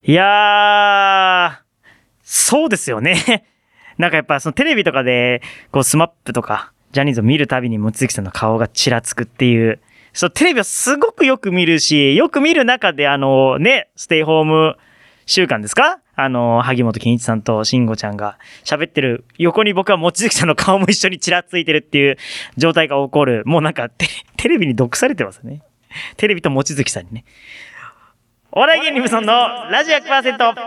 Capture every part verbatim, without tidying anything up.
いやー、そうですよね。なんかやっぱそのテレビとかで、こうスマップとか、ジャニーズを見るたびに望月さんの顔がちらつくっていう、そうテレビをすごくよく見るし、よく見る中であのね、ステイホーム週間ですか？あの、萩本欽一さんと慎吾ちゃんが喋ってる横に僕は望月さんの顔も一緒にちらついてるっていう状態が起こる。もうなんかテレ、テレビに毒されてますね。テレビと望月さんにね。お笑い芸人無尊のラジオ ひゃくパーセント。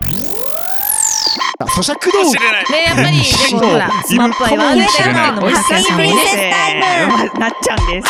咀嚼道具ね、やっぱりでもほらスマップは言われてるのもたくさんさんもねなっちゃんです。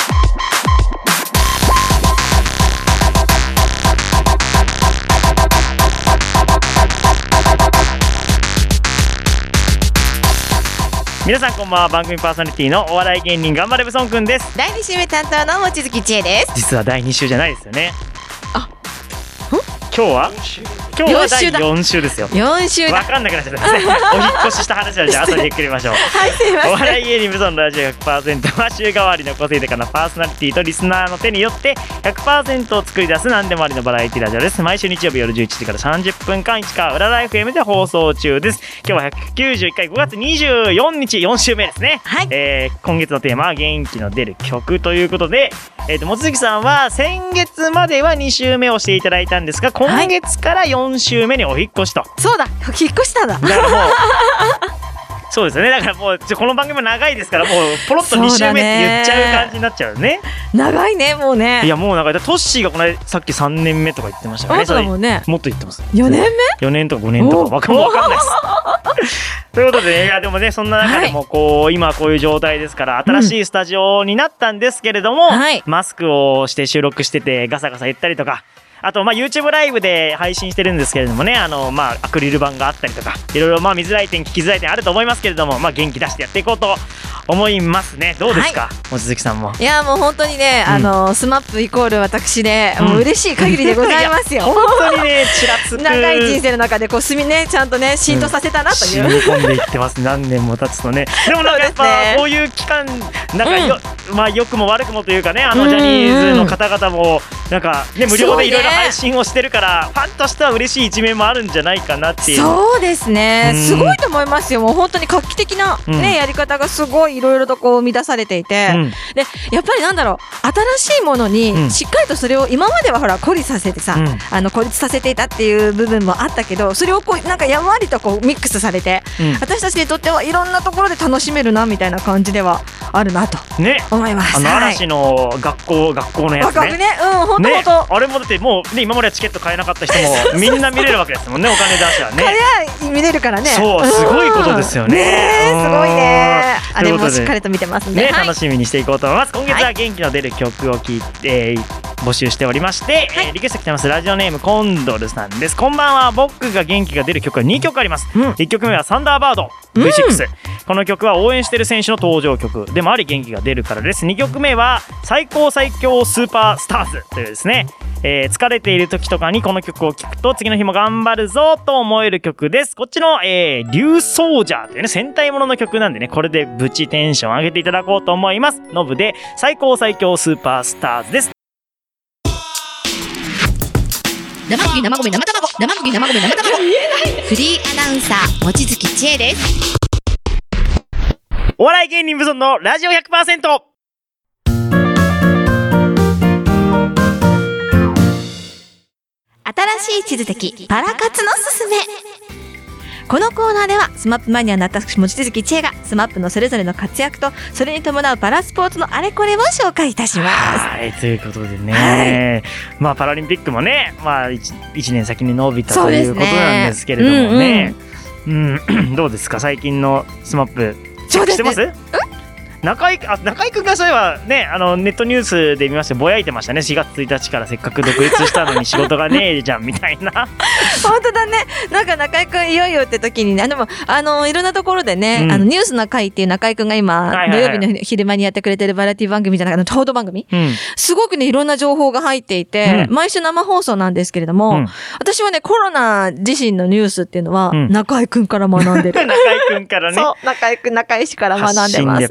皆さんこんばんは。番組パーソナリティのお笑い芸人頑張れブソンくんです。 だいに週目担当の望月千恵です。 実はだいに週じゃないですよね。 あ、 今日は今日はだいよん週ですよ。 よん週だ。 分かんなくなっちゃったんですね。お引っ越しした話はじゃあ後でゆっくりましょう。 はい、すいません。 お笑い芸人無尊のラジオ ひゃくパーセント は週替わりの個性的なパーソナリティとリスナーの手によって ひゃくパーセント を作り出す何でもありのバラエティラジオです。毎週日曜日夜じゅういちじからさんじゅっぷんかん市川裏ライフ エム で放送中です。今日はひゃくきゅうじゅういっかいごがつにじゅうよっかよん週目ですね。 はい、 えー、今月のテーマは元気の出る曲ということで、えーと望月さんは先月まではに週目をしていただいたんですが、今月からよん週目にお引っ越しと。 そうだ、引っ越したんだ。 だからもうそうですよね。だからもうこの番組も長いですから、もうポロッとに週目って言っちゃう感じになっちゃうね。 長いね、もうね。 いやもう長い。トッシーがこの間さっきさんねんめとか言ってましたよね。 そうだもんね。 もっと言ってます。 よねんめよねんとかごねんとかわかんないですということで、ね、いやでもね、そんな中でもこう、はい、今こういう状態ですから新しいスタジオになったんですけれども、うんはい、マスクをして収録しててガサガサ言ったりとか、あとまあ YouTube ライブで配信してるんですけれどもね、あのまあアクリル板があったりとか、いろいろまあ見づらい点聞きづらい点あると思いますけれども、まあ元気出してやっていこうと思いますね。どうですか、望月さんも。 いやもう本当にね、うん、あのスマップイコール私で、うん、もう嬉しい限りでございますよ。 本当にね、ちらつく長い人生の中でこうすみね、ちゃんとね浸透させたなという、 うん、染み込んでいってます。何年も経つとね。でもなんかやっぱこういう期間なんかよ、うん、まあ良くも悪くもというかね、あのジャニーズの方々もなんかね無料でいろいろ配信をしてるから、ファンとしては嬉しい一面もあるんじゃないかなっていう。 そうですね、うん、すごいと思いますよ。もう本当に画期的な、ねうん、やり方がすごいいろいろとこう生み出されていて、うん、でやっぱりなんだろう、新しいものにしっかりとそれを今まではほら孤立させてさ、うん、あの孤立させていたっていう部分もあったけど、それをこうなんかやんわりとこうミックスされて、うん、私たちにとってはいろんなところで楽しめるなみたいな感じではあるなと思います。 ね、あの嵐の学校、はい、学校のやつね。 ね、うん、本当本当、ね、 あれもだってもう、ね、今まではチケット買えなかった人もみんな見れるわけですもんね。お金出したらね。 買え見れるからね。 そう、すごいことですよね。 ね、すごいね。あれもしっかりと見てますんで、 ね、はい、楽しみにしていこうと思います。今月は元気の出る曲を聞いて、募集しておりまして、はい、えー、リクエスト来てます。ラジオネームコンドルさんです。こんばんは。僕が元気が出る曲はにきょくあります。うん、いっきょくめはサンダーバード ブイシックス、うん、この曲は応援してる選手の登場曲でもあり元気が出るからです。にきょくめは最高最強スーパースターズというですね、えー、疲れている時とかにこの曲を聴くと次の日も頑張るぞと思える曲です。こっちの、えー、竜ソージャーというね戦隊ものの曲なんでね、これでブチテンション上げていただこうと思います。ノブで最高最強スーパースターズです。 生麦生米生卵生麦生米生卵フリーアナウンサー望月千恵です。 お笑い芸人無尊のラジオ ひゃくパーセント。 新しい地図的パラ活のすすめ。このコーナーではスマップマニアの私望月千恵がスマップのそれぞれの活躍とそれに伴うパラスポーツのあれこれを紹介いたします。 はい、ということでね、はい、まあパラリンピックもね、まあ 1, いちねん先に伸びたということなんですけれどもね、うんうん、どうですか最近のスマップチェックしてます？中井あ中井くんがそういえばね、あのネットニュースで見ましてぼやいてましたね。しがつついたちからせっかく独立したのに仕事がねえじゃんみたいな本当だね。なんか中井くんいよいよって時にね、でもあのいろんなところでね、うん、あのニュースの会っていう中井くんが今、はいはいはい、土曜日の昼間にやってくれてるバラエティ番組じゃないかな、報道番組、うん、すごくねいろんな情報が入っていて、うん、毎週生放送なんですけれども、うん、私はねコロナ自身のニュースっていうのは、うん、中井くんから学んでる中井くんからね、 そう中井くん中井氏から学んでますね。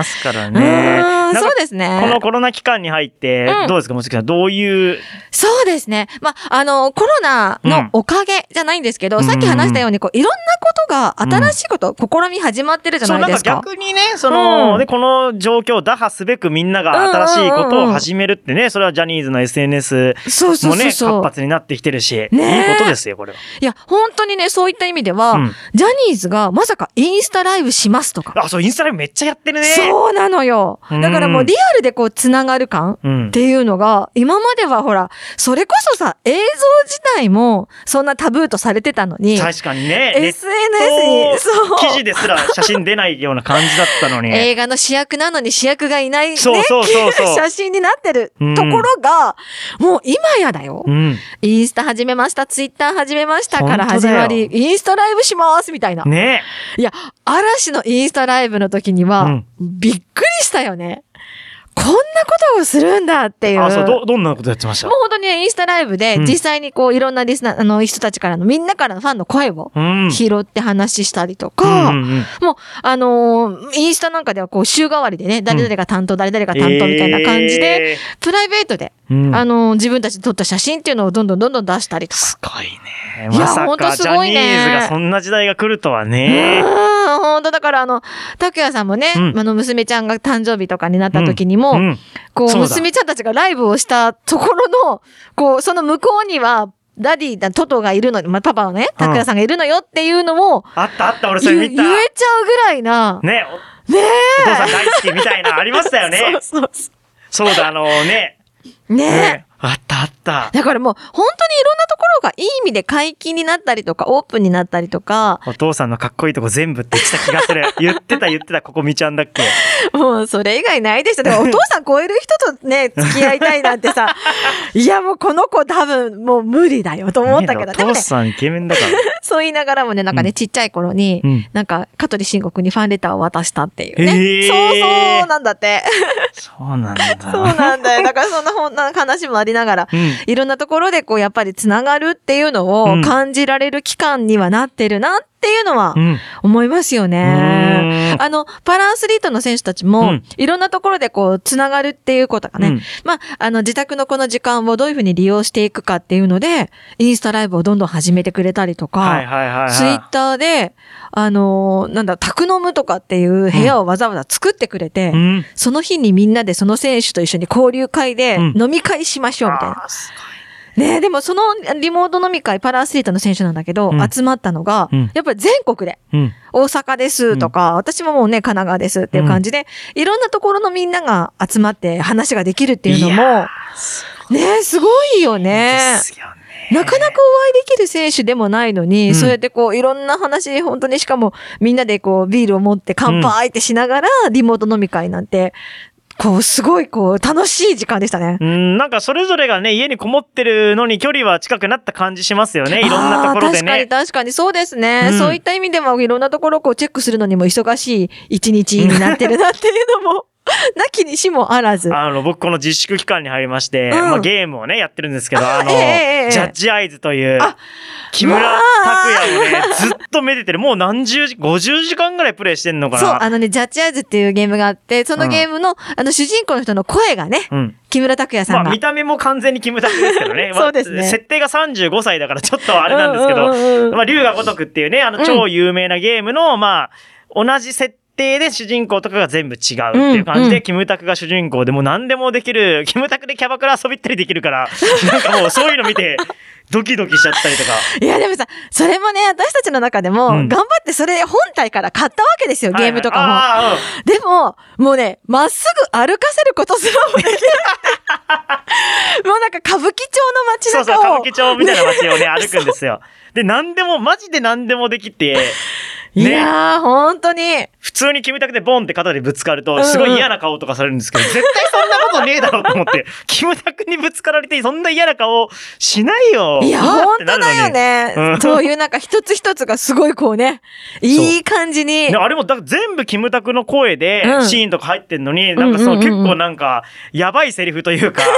ますからね。 そうですね。 このコロナ期間に入って、うん、どうですか、もしかしたらどういう。 そうですね。まあ、あの、コロナのおかげじゃないんですけど、うん、さっき話したように、こう、いろんなことが、新しいこと、試み始まってるじゃないですか。 そう、なんか逆にね、その、うん、で、この状況を打破すべくみんなが新しいことを始めるってね、それはジャニーズの エスエヌエス もね、活発になってきてるし、ね、いいことですよ、これは。 いや、本当にね、そういった意味では、うん、ジャニーズがまさかインスタライブしますとか。 あ、そう、インスタライブめっちゃやってるね。 そうなのよ。だからもうリアルでこう、つながる感っていうのが、うん、今まではほら、それこそさ、映像自体もそんなタブーとされてたのに。 確かにね。 エスエヌエス に、そう。 記事ですら写真出ないような感じだったのに。 映画の主役なのに主役がいない、ね、 そうそうそうそう。 写真になってるところが、うん、もう今やだよ、うん。インスタ始めました、ツイッター始めましたから始まり、インスタライブしますみたいな。 ね。 いや、嵐のインスタライブの時には、うん、びっくりしたよね。こんなことをするんだっていう。 あ、そう、ど、どんなことやってました？ もう本当にインスタライブで、実際にこう、いろんなリスナー、あの、人たちからの、みんなからのファンの声を拾って話したりとか、うんうんうん、もう、あのー、インスタなんかではこう、週替わりでね、誰々が担当、誰々が担当みたいな感じで、えー、プライベートで、うん、あのー、自分たちで撮った写真っていうのをどんどんどんどん出したりとか。 すごいね。まさか、ジャニーズがそんな時代が来るとはね。 うん、本当だから、あの、拓也さんもね、うん、あの、娘ちゃんが誕生日とかになった時にも、うんうん、こう、娘ちゃんたちがライブをしたところの、こう、その向こうには、ダディだ、トトがいるの、まあ、パパのね、拓也さんがいるのよっていうのも、 あったあった、俺それ見た。 言えちゃうぐらいな。 ね。 ねえ。 お父さん大好きみたいな、ありましたよね。 そうそうそう。 そうだ、あのね。 ねえ。ねあったあった。 だからもう、本当にいろんなところがいい意味で解禁になったりとか、オープンになったりとか。 お父さんのかっこいいとこ全部って言ってた気がする。言ってた言ってた、ここみちゃんだっけ。 もう、それ以外ないでしょ。だからお父さん超える人とね、付き合いたいなんてさ、いやもうこの子多分もう無理だよと思ったけど。 お父さんイケメンだから。 そう言いながらもね、なんかね、うん、ちっちゃい頃に、うん、なんか、香取慎吾君にファンレターを渡したっていうね。えー、そうそうなんだって。 そうなんだ。 そうなんだよ。だからそんなほんな話もありながら、うん、いろんなところでこう、やっぱりつながるっていうのを感じられる期間にはなってるなっていうのは思いますよね。うん、あの、パラアスリートの選手たちも、うん、いろんなところでこう、つながるっていうことがね、うん、まあ、あの、自宅のこの時間をどういうふうに利用していくかっていうので、インスタライブをどんどん始めてくれたりとか、 はいはいはいはい、 ツイッターで、あのー、なんだ、宅飲むとかっていう部屋をわざわざ作ってくれて、うん、その日にみんなでその選手と一緒に交流会で飲み会しましょうみたいな。うん、ねえ、でもそのリモート飲み会、パラアスリートの選手なんだけど、うん、集まったのが、うん、やっぱり全国で、うん、大阪ですとか、うん、私ももうね、神奈川ですっていう感じで、うん、いろんなところのみんなが集まって話ができるっていうのも、ねえ、すごいよね。ですよね。なかなかお会いできる選手でもないのに、うん、そうやってこういろんな話、本当にしかもみんなでこうビールを持って乾杯ってしながらリモート飲み会なんて、こうすごいこう楽しい時間でしたね。 うん、なんかそれぞれがね、家にこもってるのに距離は近くなった感じしますよね。いろんなところでね。 確かに確かにそうですね。うん、そういった意味でもいろんなところをこうチェックするのにも忙しい一日になってるなっていうのも。なきにしもあらず。 あの、僕この自粛期間に入りまして、うん、まあゲームをね、やってるんですけど、あの、えー、ジャッジアイズという、木村拓哉をね、ずっとめでてる。もう何十時、ごじゅうじかんぐらいプレイしてんのかな。 そう、あのね、ジャッジアイズっていうゲームがあって、そのゲームの、うん、あの、主人公の人の声がね、うん、木村拓哉さんが。 まあ見た目も完全に木村拓哉ですけどね。 そうですね。 設定がさんじゅうごさいだからちょっとあれなんですけど、うんうんうん、まあ龍が如くっていうね、あの超有名なゲームの、まあ、同じ設定で主人公とかが全部違うっていう感じで、うんうん、キムタクが主人公でもう何でもできる、キムタクでキャバクラ遊びったりできるから、なんかもうそういうの見て、ドキドキしちゃったりとか。 いやでもさ、それもね、私たちの中でも、頑張ってそれ本体から買ったわけですよ、ゲームとかも。はいはい、でも、もうね、まっすぐ歩かせることすらもできない。もうなんか歌舞伎町の街中を。 そうそう、歌舞伎町みたいな街をね、歩くんですよ。で、何でも、マジで何でもできて、 ね、いやー、ほんとに。 普通にキムタクでボンって肩でぶつかると、すごい嫌な顔とかされるんですけど、うんうん、絶対そんなことねえだろうと思って、キムタクにぶつかられて、そんな嫌な顔しないよ。 いや、ほんとだよね。うん、そういうなんか一つ一つがすごいこうね、いい感じに。 あれもだ全部キムタクの声でシーンとか入ってんのに、うん、なんかその結構なんか、やばいセリフというか、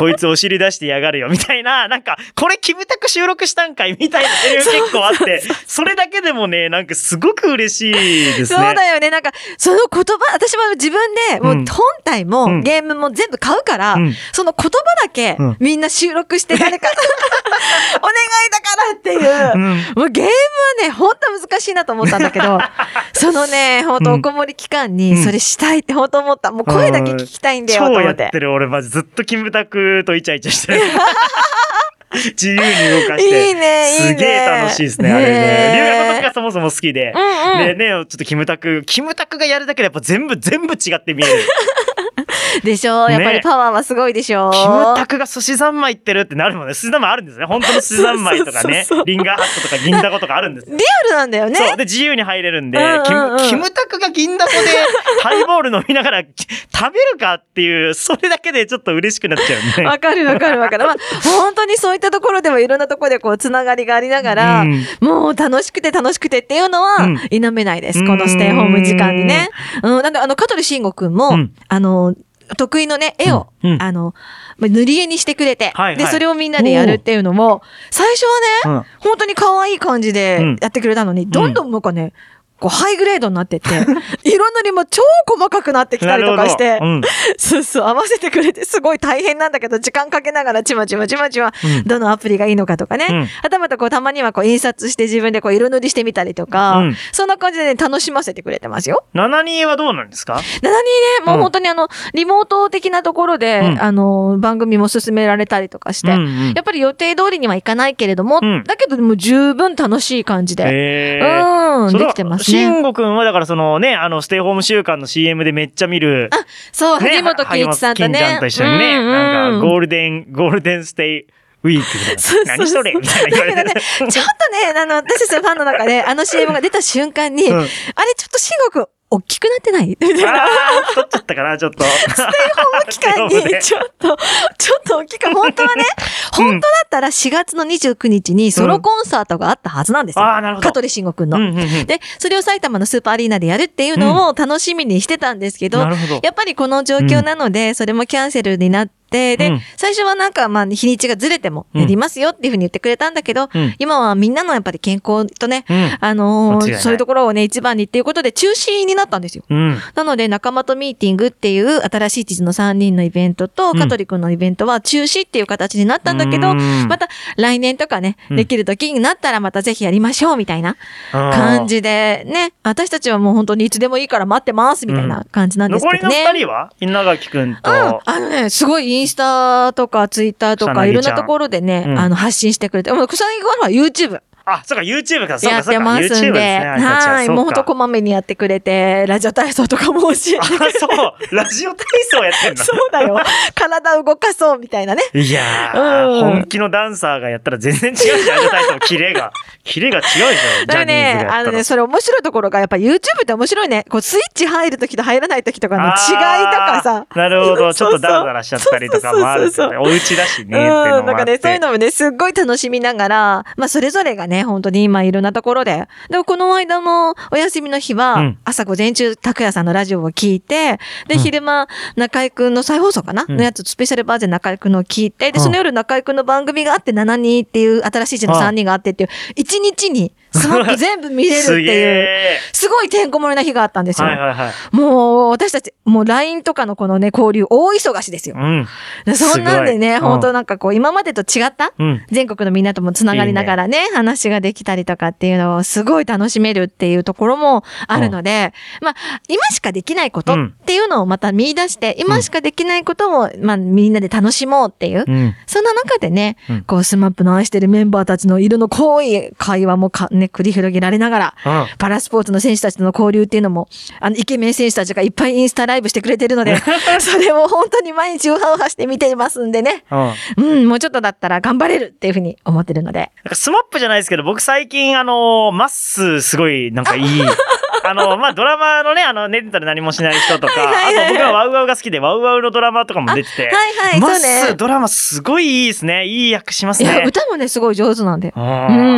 こいつお尻出してやがるよみたいな、なんかこれキムタク収録したんかいみたいなセリフ結構あってそれだけでもねなんかすごく嬉しいですね。 そうだよね。なんかその言葉、私も自分でもう本体もゲームも全部買うから、うん、その言葉だけみんな収録して誰か、うん、お願いだからっていう、うん、もうゲームはね本当難しいなと思ったんだけどそのね本当おこもり期間にそれしたいって本当思った。もう声だけ聞きたいんだよと思って。 超やってる。俺マジずっとキムタクとイチャイチャしてる自由に動かして。 いいね、いいね。 すげえ楽しいですね、あれね。龍が如くがそもそも好きで。うんうん、でね、ちょっとキムタク、キムタクがやるだけでやっぱ全部、全部違って見える。 でしょう、やっぱりパワーはすごいでしょう。 キムタクが寿司三昧ってるってなるもんね。寿司三昧あるんですね。本当の寿司三昧とかね。リンガーハットとか銀だこ とかあるんです。 リアルなんだよね。 そう。で、自由に入れるんで、うんうんうん、キム、キムタクが銀だこでハイボール飲みながら食べるかっていう、それだけでちょっと嬉しくなっちゃうね。 わかるわかるわかる。まあ、本当にそういったところでもいろんなところでこう、つながりがありながら、うん、もう楽しくて楽しくてっていうのは、否めないです。うん、このステイホーム時間にね。うん、なんで、あの、香取慎吾くんも、うん、あの、得意のね、絵を、うんうん、あの、塗り絵にしてくれて、はいはい、で、それをみんなでやるっていうのも、最初はね、うん、本当に可愛い感じでやってくれたのに、うん、どんどんなんかね、こうハイグレードになってって、色塗りも超細かくなってきたりとかして、うん、そうそう、合わせてくれてすごい大変なんだけど、時間かけながらちまちまちまちま、うん、どのアプリがいいのかとかね、うん、はたまたこうたまにはこう印刷して自分でこう色塗りしてみたりとか、うん、そんな感じでね、楽しませてくれてますよ。 ななにーはどうなんですか？ ななにーね、もう本当にあの、リモート的なところで、うん、あの、番組も進められたりとかして、うんうん、やっぱり予定通りにはいかないけれども、うん、だけどもう十分楽しい感じで、うん、できてますね。 慎吾くんはだからそのね、あの、ステイホーム週間の シーエム でめっちゃ見る。 あ、そう、ね、萩本欽一さんとね。 金ちゃんと一緒にね、うんうん、なんかゴールデン、ゴールデンステイウィークみたいな。何それみたいな言われて、ね。 ちょっとね、あの、私たちのファンの中で、あの シーエム が出た瞬間に、うん、あれちょっと慎吾くん、大きくなってないみたいな。 あー、太っちゃったかな、ちょっと。 ステイホーム期間に、ちょっと、ちょっと大きく、本当はね、本当だったらしがつのにじゅうくにちにソロコンサートがあったはずなんですよ。うん、あー、なるほど。香取慎吾くんの、うんうんうん。で、それを埼玉のスーパーアリーナでやるっていうのを楽しみにしてたんですけど、うん、なるほど。やっぱりこの状況なので、それもキャンセルになって、で、で、うん、最初はなんか、まあ、日にちがずれてもやりますよっていうふうに言ってくれたんだけど、うん、今はみんなのやっぱり健康とね、うん、あのー、そういうところをね、一番にっていうことで中止になったんですよ。うん、なので、仲間とミーティングっていう新しい地図のさんにんのイベントと、香取くんのイベントは中止っていう形になったんだけど、うん、また来年とかね、できる時になったらまたぜひやりましょうみたいな感じで、ね、私たちはもう本当にいつでもいいから待ってますみたいな感じなんですけどね。 残りのふたりは稲垣くんと、うん、 あのね、すごいインスタとかツイッターとかいろんなところでね、うん、あの発信してくれて、もう草薙は YouTube。 あ、そうか、YouTube か、そうか、 やってますんで。 YouTube ですね、 はい。もうほんとこまめにやってくれて、ラジオ体操とかも教えて。 あ、そう。ラジオ体操やってんのそうだよ。体動かそうみたいなね。 いやー、うん、本気のダンサーがやったら全然違うじゃん、ラジオ体操のキレが。キレが違うじゃん。 だからね、あのね、それ面白いところが、やっぱ YouTube って面白いね。こう、スイッチ入るときと入らないときとかの違いとかさ。 なるほど。ちょっとダラダラしちゃったりとかもあるんですよね。お家だしね。っていうのもあって。うん。なんかね、 そういうのもね、すっごい楽しみながら、まあ、それぞれがね、本当に今いろんなところで。でもこの間のお休みの日は、うん、朝午前中、拓也さんのラジオを聞いて、で、うん、昼間、中井くんの再放送かな、うん、のやつ、スペシャルバージョン中井くんのを聞いて、で、その夜中井くんの番組があって、ななにっていう、新しい地のさんにんがあってっていう、いちにちに、スマップ全部見れるっていう、すごいてんこ盛りな日があったんですよ。はいはいはい、もう、私たち、もう ライン とかのこのね、交流、大忙しですよ。うん、そんなんでね、本当なんかこう、今までと違った、うん、全国のみんなともつながりながらね、いいね、話ができたりとかっていうのをすごい楽しめるっていうところもあるので、うん、まあ、今しかできないことっていうのをまた見出して、うん、今しかできないことを、まあ、みんなで楽しもうっていう、うん、そんな中でね、うん、こう、スマップの愛してるメンバーたちの色の濃い会話もか、ね、繰り広げられながら、うん、パラスポーツの選手たちとの交流っていうのも、あの、イケメン選手たちがいっぱいインスタライブしてくれてるので、それを本当に毎日ウハウハして見てますんでね、うん、うん、もうちょっとだったら頑張れるっていうふうに思ってるので。 なんかスマップじゃないですけど、僕最近あの、マッスすごいなんかいい。あの、まあ、ドラマのね、あの、寝てたら何もしない人とか、はいはいはいはい、あと僕はワウワウが好きで、ワウワウのドラマとかも出てて、はいはい、マッス、そうね、ドラマすごいいいですね。いい役しますね。 いや、歌もね、すごい上手なんで。うん、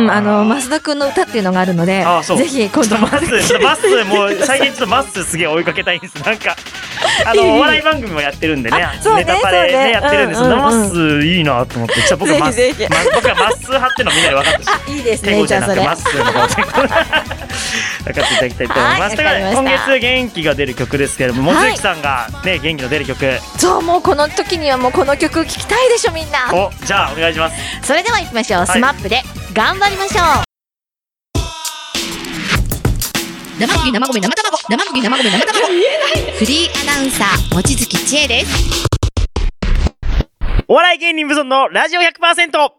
あの、増田くんの歌っていうのがあるので、ぜひ今度マッス、ちょっとマッス、もう最近ちょっとマッスすげえ追いかけたいんです。なんか、 あのお笑い番組もやってるんでね、 そうねネタパレねやってるんです。 そうねうんうんうんまっすーいいなと思って、じゃあ僕はまっすぜひぜひー、ま僕はまっすー派っていうのみんなで分かったし、 あいいですテゴじゃなくねじゃあそれてまっすーの方で分かっていただきたいと思います。 はいだからわかりました今月元気が出る曲ですけれども、 はい望月さんがね元気の出る曲、 そうもうこの時にはもうこの曲聴きたいでしょみんな。 おじゃあお願いします。 それでは行きましょう、 いスマップで頑張りましょう。生麦生米生卵生麦生米生卵フリーアナウンサー望月千恵です。 お笑い芸人無尊のラジオ ひゃくパーセント。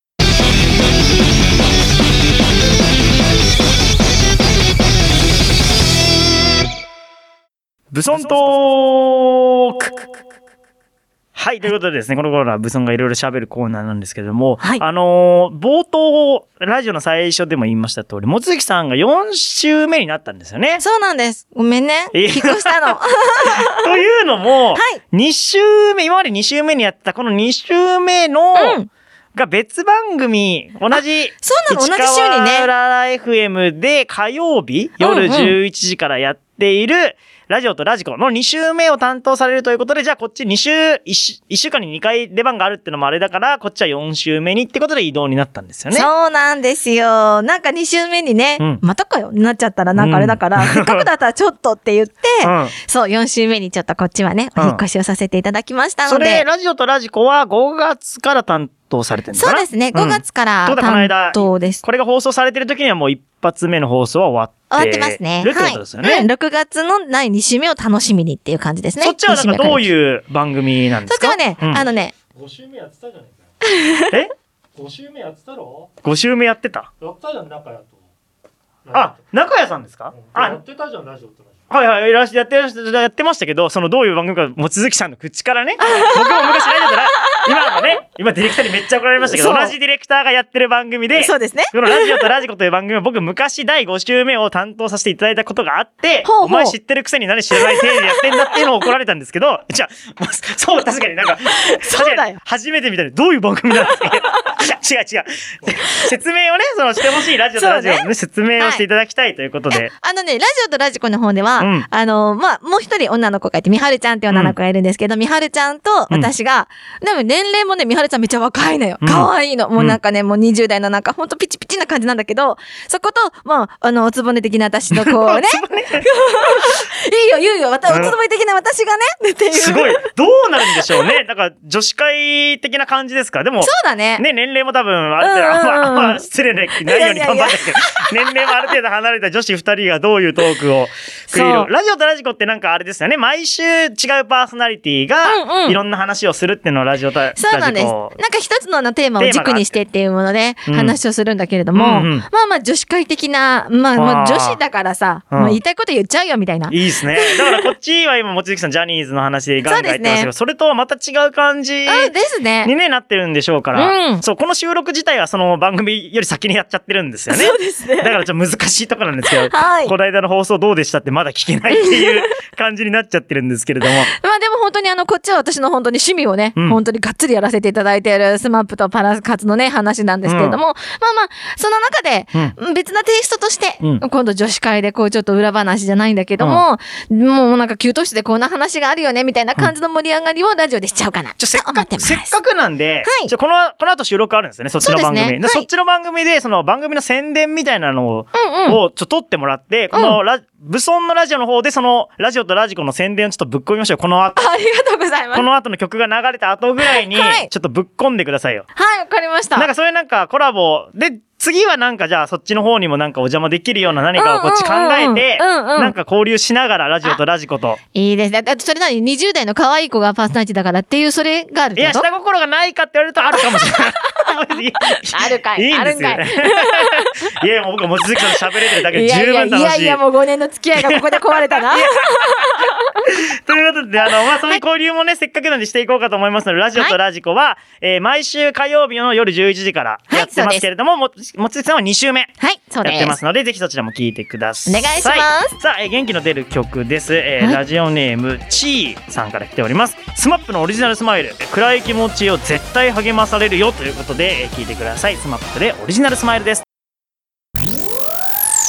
ブソントーク。はい、ということでですね、このコーナーはブソンがいろいろ喋るコーナーなんですけれども、 はいあのー冒頭、ラジオの最初でも言いました通り、望月さんがよん週目になったんですよね。 そうなんです。ごめんね。 え引っ越したの。 というのも、 はいに週目、今までに週目にやったこのに週目の、 うんが別番組、同じ、 そうなの、同じ週に市川ね。 浦 エフエム で火曜日うんうん夜じゅういちじからやっているラジオとラジコのに週目を担当されるということで、じゃあこっちに週、いっ週間ににかい出番があるってのもあれだから、こっちはよん週目にってことで移動になったんですよね。 そうなんですよ。なんかに週目にね、 うんまたかよになっちゃったらなんかあれだから、 うんせっかくだったらちょっとって言って、 うんそう、よん週目にちょっとこっちはね、 うんお引っ越しをさせていただきましたそれ、 ので。 ラジオとラジコはごがつから担当されてるのかな。 そうですね、ごがつからということはこの間担当です。 これが放送されてる時にはもう一発目の放送は終わって終わってますね。 るってことですよね。 はい。うん、ろくがつの第に週目を楽しみにっていう感じですね。 そっちはなんかどうういう番組なんですか？ そっちはね、 うんあのね、 ご週目やってたじゃないかよ。 えご週目やってたろ？ ご週目やってた？ やったじゃん、中谷と。 あ、中谷さんですか？ うん、やあっ、てたじゃん、ラジオとラジはいはい、いらっしゃやってらっしゃやってましたけど、そのどういう番組か、望月さんの口からね、僕も昔ラジオとラ、今のね、今ディレクターにめっちゃ怒られましたけど、 そう同じディレクターがやってる番組で、 そうですね。 このラジオとラジコという番組を僕昔だいご週目を担当させていただいたことがあって、 ほうほうお前知ってるくせに何知らない体でやってんだっていうのを怒られたんですけど、じゃあ、もうそう、確かになんか、 そうだよ確かに初めて見たらどういう番組なんですか違う違う。説明をね、そのしてほしいラジオとラジオの、ね、説明をしていただきたいということで。 あのね、ラジオとラジコの方では、 うんあの、まあ、もう一人女の子がいて、みはるちゃんっていう女の子がいるんですけど、みはるちゃんと私が、でも年齢もね、みはるちゃんめっちゃ若いのよ。 うん可愛いの。もうなんかね、もうにじゅう代のなんかほんとピチピチな感じなんだけど、そこと、まあ、あの、おつぼね的な私のこうね、いいよ言うよ、またおつぼね的な私がね、っていう。 すごい。どうなるんでしょうね。なんか、女子会的な感じですか？でも、 そうだね。 ね、年齢も多分、ある程度、 うんうんうんあんま、あんま失礼なないように頑張ってけど、年齢もある程度離れた女子二人がどういうトークを繰り広そうげる。ラジオとラジコってなんかあれですよね。毎週違うパーソナリティが、 うんうんいろんな話をするっていうのをラジオとラジコ。 そうなんです。なんか一つのテーマを軸にしてっていうものでうん話をするんだけれども、 うんうんまあまあ女子会的な、まあまあわあ女子だからさ、 うんまあ言いたいこと言っちゃうよみたいな。 いいですね。だからこっちは今、望月さんジャニーズの話でガンガンやってますけど、そ,、 そうですねれとはまた違う感じうんですね。 に、ね、なってるんでしょうから、 うんそう、この収録自体はその番組より先にやっちゃってるんですよね。 そうですね。 だからちょっと難しいところなんですけど、 はいこの間の放送どうでしたってまだ聞けないっていう感じになっちゃってるんですけれども。 まあでも本当にあの、こっちは私の本当に趣味をね、 うん本当にがっつりやらせていただいているスマップとパラ活のね、話なんですけれども、まあまあ、その中で、別なテイストとして、 うん今度女子会でこうちょっと裏話じゃないんだけども、もうなんか給湯室でこんな話があるよね、みたいな感じの盛り上がりをラジオでしちゃおうかな、 ちょせっかく、 と思ってます。 せっかくなんで、 はいちょこの、この後収録あるんですよね、そっちの番組。 そうですねはいでそっちの番組で、その番組の宣伝みたいなのを、 うんうん。 をちょっと撮ってもらって、このラ、ブソンのラジオの方で、その、ラジオとラジコの宣伝をちょっとぶっ込みましょう。この後、 ありがとうございます。 この後の曲が流れた後ぐらいに、 はいちょっとぶっ込んでくださいよ。 はい、わかりました。 なんかそういうなんかコラボで、次はなんかじゃあそっちの方にもなんかお邪魔できるような何かをこっち考えて、 うんうんうんうんなんか交流しながらラジオとラジコと。 いいですね。だってそれなににじゅう代の可愛い子がパーソナリティだからっていうそれがあるっいや、 てこと下心がないかって言われるとあるかもしれない。 あるかいいいんですよあるんね。いや、もう僕は望月さんと喋れてるだけでいやい十やいや分楽しい。 いやもうごねんの付き合いがここで壊れたな。 ということで、あの、まあ、そういう交流もね、せっかくなんでしていこうかと思いますので、ラジオとラジコは、えー毎週火曜日の夜じゅういちじからやってますけれども、も、もつきさんはに週目。 はい、そうやです。 ってますので、ぜひそちらも聞いてください。 お願いしますさあ、えー元気の出る曲です。えーはいラジオネーム、ちーさんから来ております。スマップのオリジナルスマイル。暗い気持ちを絶対励まされるよということで、えー聞いてください。スマップでオリジナルスマイルです。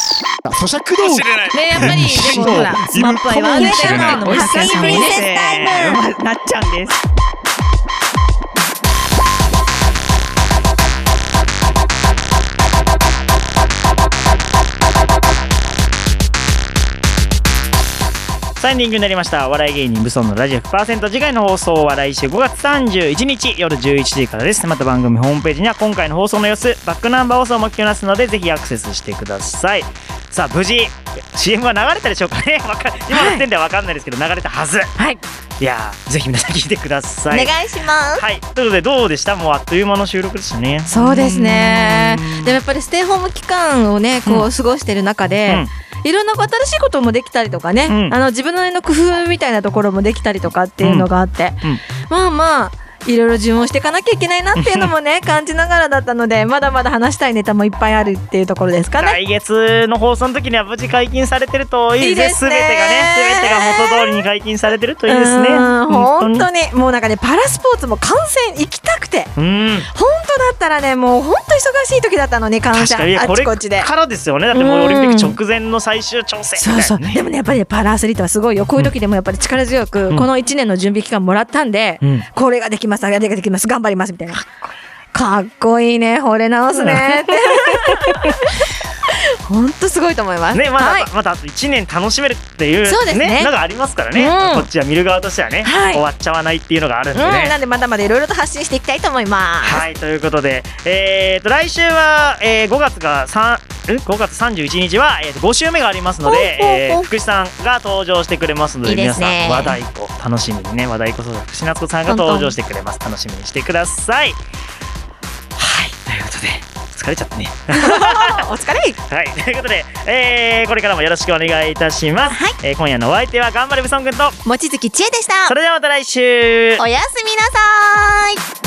と。 咀嚼道具ね、やっぱりでもほらスマップ愛はあるんだよっていうのも発見さんもねなっちゃうんです。さあエンディングになりました。お笑い芸人ブソンのラジオ ひゃくパーセント、 次回の放送は来週ごがつさんじゅういちにち夜じゅういちじからです。また番組ホームページには今回の放送の様子、バックナンバー放送も聞けますのでぜひアクセスしてください。さあ無事 シーエム は流れたでしょうかね。わか今の時点では分かんないですけど、流れたはず。 はい、 いやーぜひ皆さん聞いてください。 お願いします。 はい、ということでどうでした？もうあっという間の収録でしたね。 そうですね。でもやっぱりステイホーム期間をねこう過ごしてる中で、うんいろんな新しいこともできたりとかね、うん、あの自分なりの工夫みたいなところもできたりとかっていうのがあって、うんうん、まあまあいろいろ順応していかなきゃいけないなっていうのもね感じながらだったので、まだまだ話したいネタもいっぱいあるっていうところですかね。 来月の放送の時には無事解禁されてるといいですね。すべてがねすべてが元通りに解禁されてるといいですね。 本当にもうなんかねパラスポーツも観戦行きたくて、うん本当だったらねもう本当忙しい時だったのに観戦あっちこっちで。 これからですよね。だってもうオリンピック直前の最終調整みたいな、ね、 そうそうでもねやっぱり、ね、パラアスリートはすごいよ。こういう時でもやっぱり力強く、うん、このいちねんの準備期間もらったんで、うん、これができますあれができます頑張りますみたいな。かっこいいね惚れ直すねって本当すごいと思いますね。まだ、 はい、 またあといちねん楽しめるっていう、 そうですねのがありますからね、うん、こっちは見る側としてはね、はい、終わっちゃわないっていうのがあるんでね、 うん、なんでまだまだいろいろと発信していきたいと思います。 はいということで、えー、と来週は、えー、ごがつがごがつさんじゅういちにちは、えー、ご週目がありますので、えー、福士さんが登場してくれますので、 いいですね、 皆さん和太鼓楽しみにね和太鼓そうだ福士夏子さんが登場してくれます。楽しみにしてください。はいということで疲れちゃったねお疲れはいということで、えー、これからもよろしくお願いいたします、はいえー、今夜のお相手は頑張れブソン君と望月千恵でした。 それではまた来週。 おやすみなさーい。